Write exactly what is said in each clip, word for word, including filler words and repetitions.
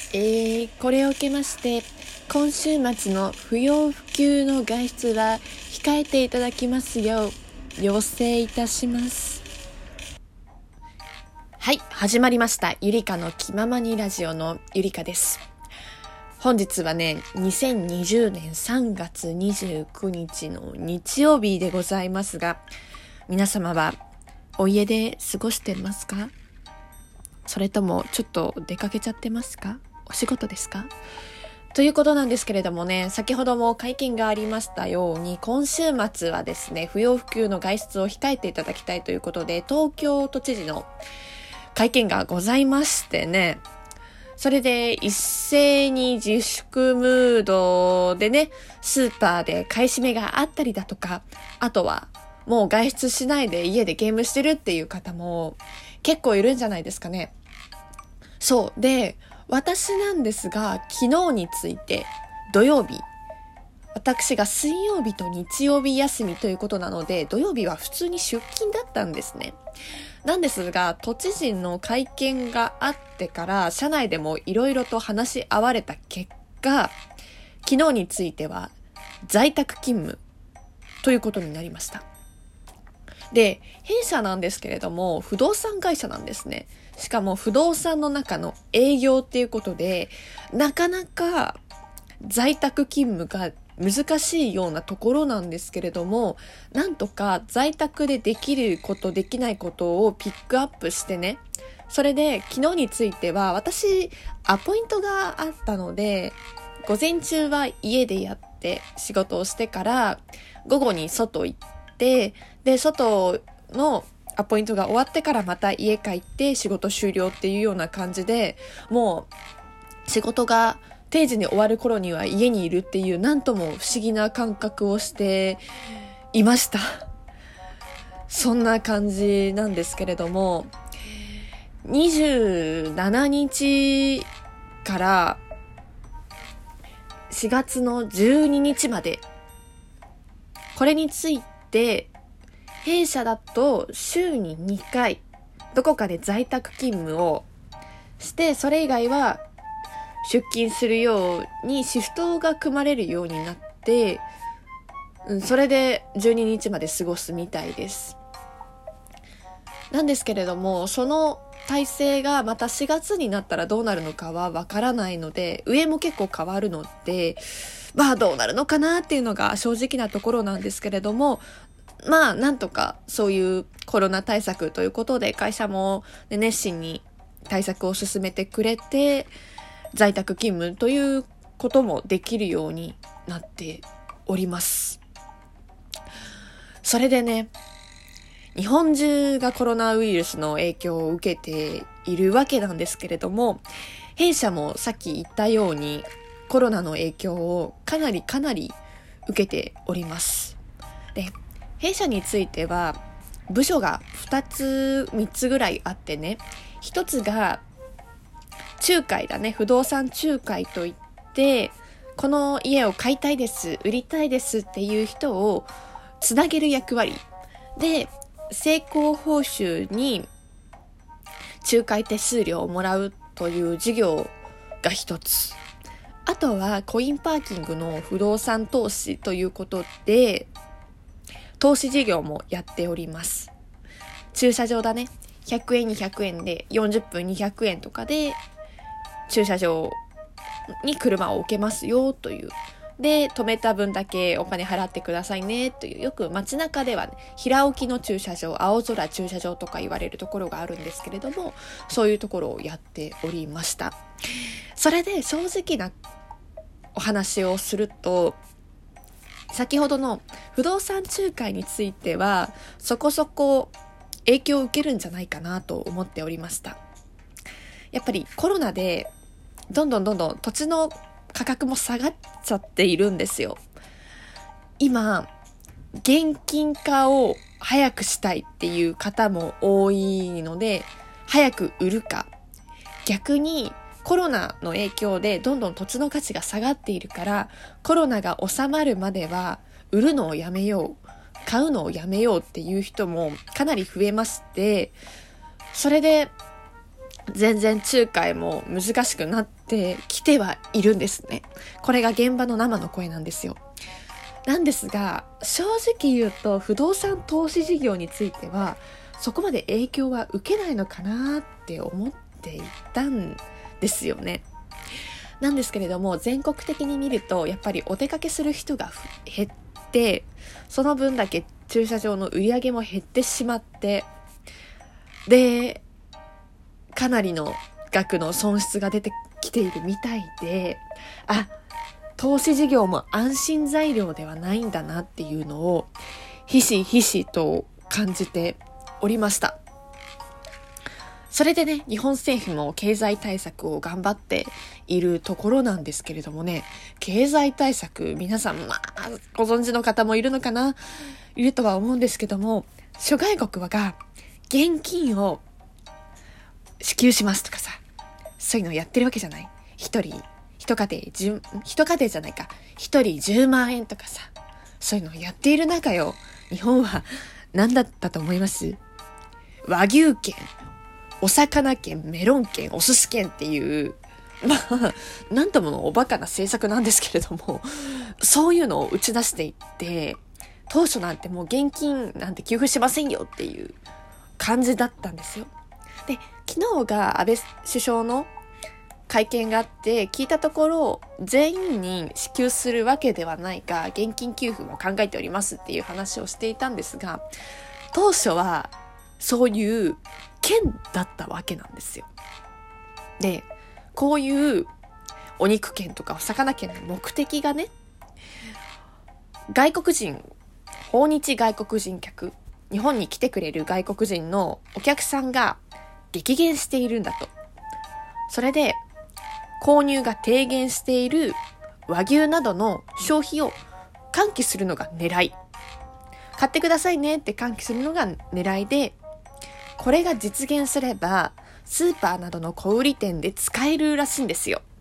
えー、これを受けまして今週末の不要不急の外出は控えていただきますよう要請いたします。はい、始まりましたゆりかの気ままにラジオのゆりかです。本日はねにせんにじゅうねんさんがつにじゅうくにちの日曜日でございますが、皆様はお家で過ごしてますか？それともちょっと出かけちゃってますか？お仕事ですか？ということなんですけれどもね、先ほども会見がありましたように、今週末はですね不要不急の外出を控えていただきたいということで、東京都知事の会見がございましてね、それで一斉に自粛ムードでね、スーパーで買い占めがあったりだとか、あとはもう外出しないで家でゲームしてるっていう方も結構いるんじゃないですかね。そうで、私なんですが、昨日について土曜日、私が水曜日と日曜日休みということなので、土曜日は普通に出勤だったんですね。なんですが、都知事の会見があってから社内でもいろいろと話し合われた結果、昨日については在宅勤務ということになりました。で、弊社なんですけれども不動産会社なんですね。しかも不動産の中の営業っていうことで、なかなか在宅勤務が難しいようなところなんですけれども、なんとか在宅でできることできないことをピックアップしてね、それで昨日については私アポイントがあったので、午前中は家でやって仕事をしてから、午後に外行ってで外のアポイントが終わってからまた家帰って仕事終了っていうような感じで、もう仕事が定時に終わる頃には家にいるっていう、なんとも不思議な感覚をしていました。そんな感じなんですけれども、にじゅうしちにちからしがつのじゅうににちまで、これについて弊社だと週ににかいどこかで在宅勤務をして、それ以外は出勤するようにシフトが組まれるようになって、うん、それでじゅうににちまで過ごすみたいです。なんですけれども、その体制がまたしがつになったらどうなるのかはわからないので、上も結構変わるので、まあどうなるのかなっていうのが正直なところなんですけれども、まあなんとかそういうコロナ対策ということで会社も、ね、熱心に対策を進めてくれて、在宅勤務ということもできるようになっております。それでね、日本中がコロナウイルスの影響を受けているわけなんですけれども、弊社もさっき言ったようにコロナの影響をかなりかなり受けております。で、弊社については部署がふたつみっつぐらいあってね、ひとつが仲介だね、不動産仲介といって、この家を買いたいです、売りたいですっていう人をつなげる役割で、成功報酬に仲介手数料をもらうという事業が一つ。あとはコインパーキングの不動産投資ということで、投資事業もやっております。駐車場だね、ひゃくえんにひゃくえんでよんじゅっぷんにひゃくえんとかで駐車場に車を置けますよという。で、止めた分だけお金払ってくださいねという、よく街中ではね、平置きの駐車場、青空駐車場とか言われるところがあるんですけれども、そういうところをやっておりました。それで正直なお話をすると、先ほどの不動産仲介についてはそこそこ影響を受けるんじゃないかなと思っておりました。やっぱりコロナでどんどんどんどん土地の価格も下がっちゃっているんですよ。今現金化を早くしたいっていう方も多いので、早く売るか、逆にコロナの影響でどんどん土地の価値が下がっているから、コロナが収まるまでは売るのをやめよう、買うのをやめようっていう人もかなり増えまして、それで全然仲介も難しくなってきてはいるんですね。これが現場の生の声なんですよ。なんですが、正直言うと不動産投資事業についてはそこまで影響は受けないのかなって思っていたんですよね。なんですけれども、全国的に見るとやっぱりお出かけする人が減って、その分だけ駐車場の売り上げも減ってしまって、でかなりの額の損失が出てきているみたいで、あ、投資事業も安心材料ではないんだなっていうのをひしひしと感じておりました。それでね、日本政府も経済対策を頑張っているところなんですけれどもね、経済対策、皆さん、まあ、ご存知の方もいるのかな、いるとは思うんですけども、諸外国はが現金を支給しますとかさ、そういうのをやってるわけじゃない。一人、一家庭、十、一家庭じゃないか、一人じゅうまんえんとかさ、そういうのをやっている中よ、日本は何だったと思います？和牛券、お魚券、メロン券、お寿司券っていう、まあ、なんとものおバカな政策なんですけれども、そういうのを打ち出していって、当初なんてもう現金なんて給付しませんよっていう感じだったんですよ。で、昨日が安倍首相の会見があって聞いたところ、全員に支給するわけではないが現金給付も考えておりますっていう話をしていたんですが、当初はそういう券だったわけなんですよ。で、こういうお肉券とかお魚券の目的がね、外国人、訪日外国人客、日本に来てくれる外国人のお客さんが激減しているんだと。それで購入が低減している和牛などの消費を喚起するのが狙い。買ってくださいねって喚起するのが狙いで、これが実現すればスーパーなどの小売店で使えるらしいんですよ。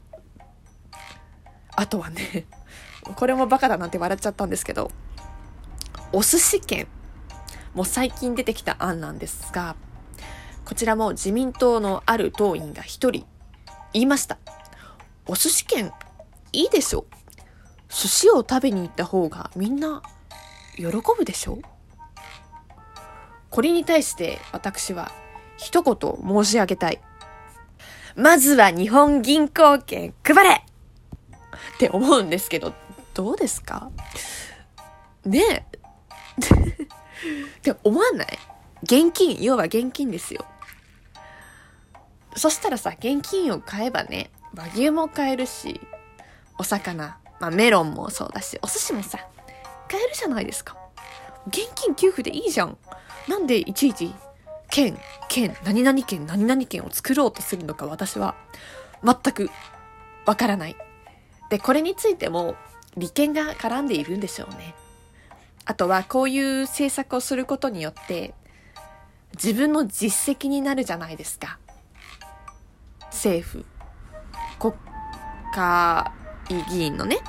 あとはね、これもバカだなって笑っちゃったんですけど、お寿司券も最近出てきた案なんですが、こちらも自民党のある党員が一人言いました。お寿司券いいでしょ。寿司を食べに行った方がみんな喜ぶでしょ。これに対して私は一言申し上げたい。まずは日本銀行券配れって思うんですけど、どうですかねえって思わない？現金、要は現金ですよ。そしたらさ、現金を買えばね、和牛も買えるし、お魚、まあメロンもそうだし、お寿司もさ、買えるじゃないですか。現金給付でいいじゃん。なんでいちいち県、県、何々県、何々県を作ろうとするのか私は全くわからない。で、これについても利権が絡んでいるんでしょうね。あとはこういう政策をすることによって自分の実績になるじゃないですか。政府、国会議員のね、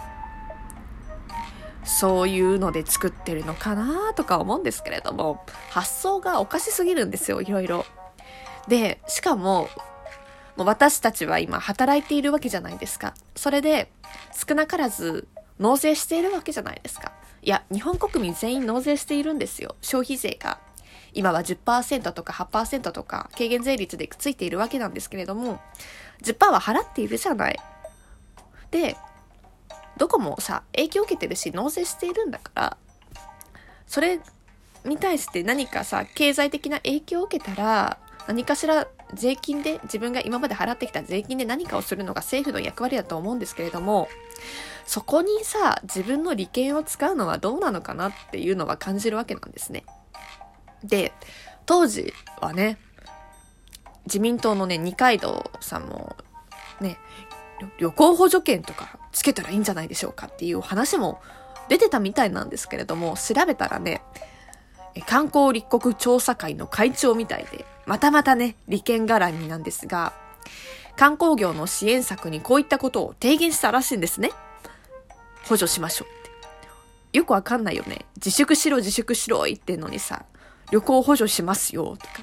そういうので作ってるのかなとか思うんですけれども、発想がおかしすぎるんですよ、いろいろ。で、しかも、もう私たちは今働いているわけじゃないですか。それで少なからず納税しているわけじゃないですか。いや、日本国民全員納税しているんですよ。消費税が今は じゅっパーセント とか はちパーセント とか軽減税率でついているわけなんですけれども、 じゅっパーセント は払っているじゃない。で、どこもさ、影響を受けてるし納税しているんだから、それに対して何かさ、経済的な影響を受けたら、何かしら税金で、自分が今まで払ってきた税金で何かをするのが政府の役割だと思うんですけれども、そこにさ、自分の利権を使うのはどうなのかなっていうのは感じるわけなんですね。で、当時はね、自民党のね、二階堂さんもね、旅行補助券とかつけたらいいんじゃないでしょうかっていう話も出てたみたいなんですけれども、調べたらね、観光立国調査会の会長みたいで、またまたね、利権絡みなんですが、観光業の支援策にこういったことを提言したらしいんですね。補助しましょうって。よくわかんないよね。自粛しろ自粛しろ言ってんのにさ、旅行補助しますよとか、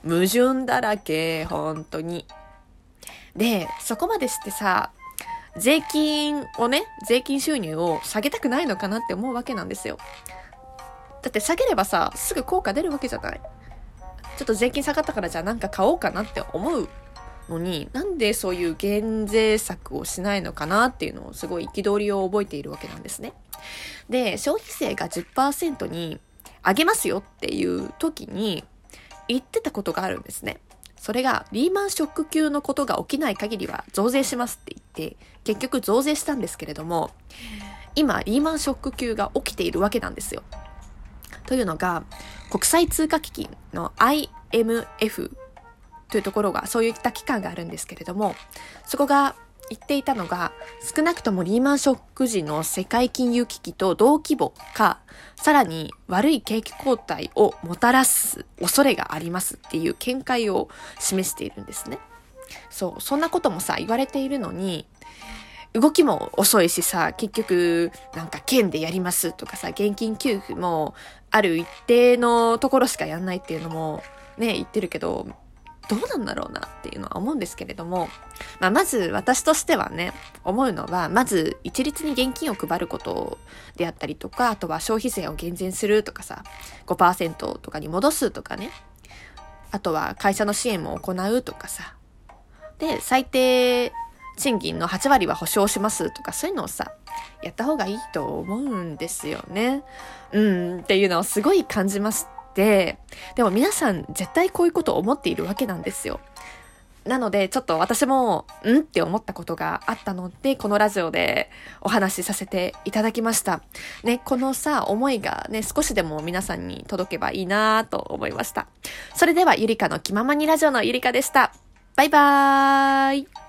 矛盾だらけ、本当に。で、そこまでしてさ、税金をね、税金収入を下げたくないのかなって思うわけなんですよ。だって下げればさ、すぐ効果出るわけじゃない。ちょっと税金下がったからじゃあなんか買おうかなって思うのに、なんでそういう減税策をしないのかなっていうのをすごい憤りを覚えているわけなんですね。で、消費税が じゅっパーセント に上げますよっていう時に言ってたことがあるんですね。それがリーマンショック級のことが起きない限りは増税しますって言って結局増税したんですけれども、今リーマンショック級が起きているわけなんですよ。というのが国際通貨基金の アイエムエフ というところが、そういった機関があるんですけれども、そこが言っていたのが、少なくともリーマンショック時の世界金融危機と同規模か、さらに悪い景気後退をもたらす恐れがありますっていう見解を示しているんですね。そう、そんなこともさ、言われているのに、動きも遅いしさ、結局なんか県でやりますとかさ、現金給付もある一定のところしかやんないっていうのもね、言ってるけど、どうなんだろうなっていうのは思うんですけれども、まあ、まず私としてはね、思うのは、まず一律に現金を配ることであったりとか、あとは消費税を減税するとかさ、ごパーセント とかに戻すとかね、あとは会社の支援も行うとかさ、で、最低賃金のはち割は保証しますとか、そういうのをさ、やった方がいいと思うんですよね。うん、っていうのをすごい感じまして、でも皆さん絶対こういうことを思っているわけなんですよ。なのでちょっと私もんって思ったことがあったので、このラジオでお話しさせていただきました。ね、このさ、思いがね、少しでも皆さんに届けばいいなと思いました。それではゆりかの気ままにラジオのゆりかでした。バイバーイ。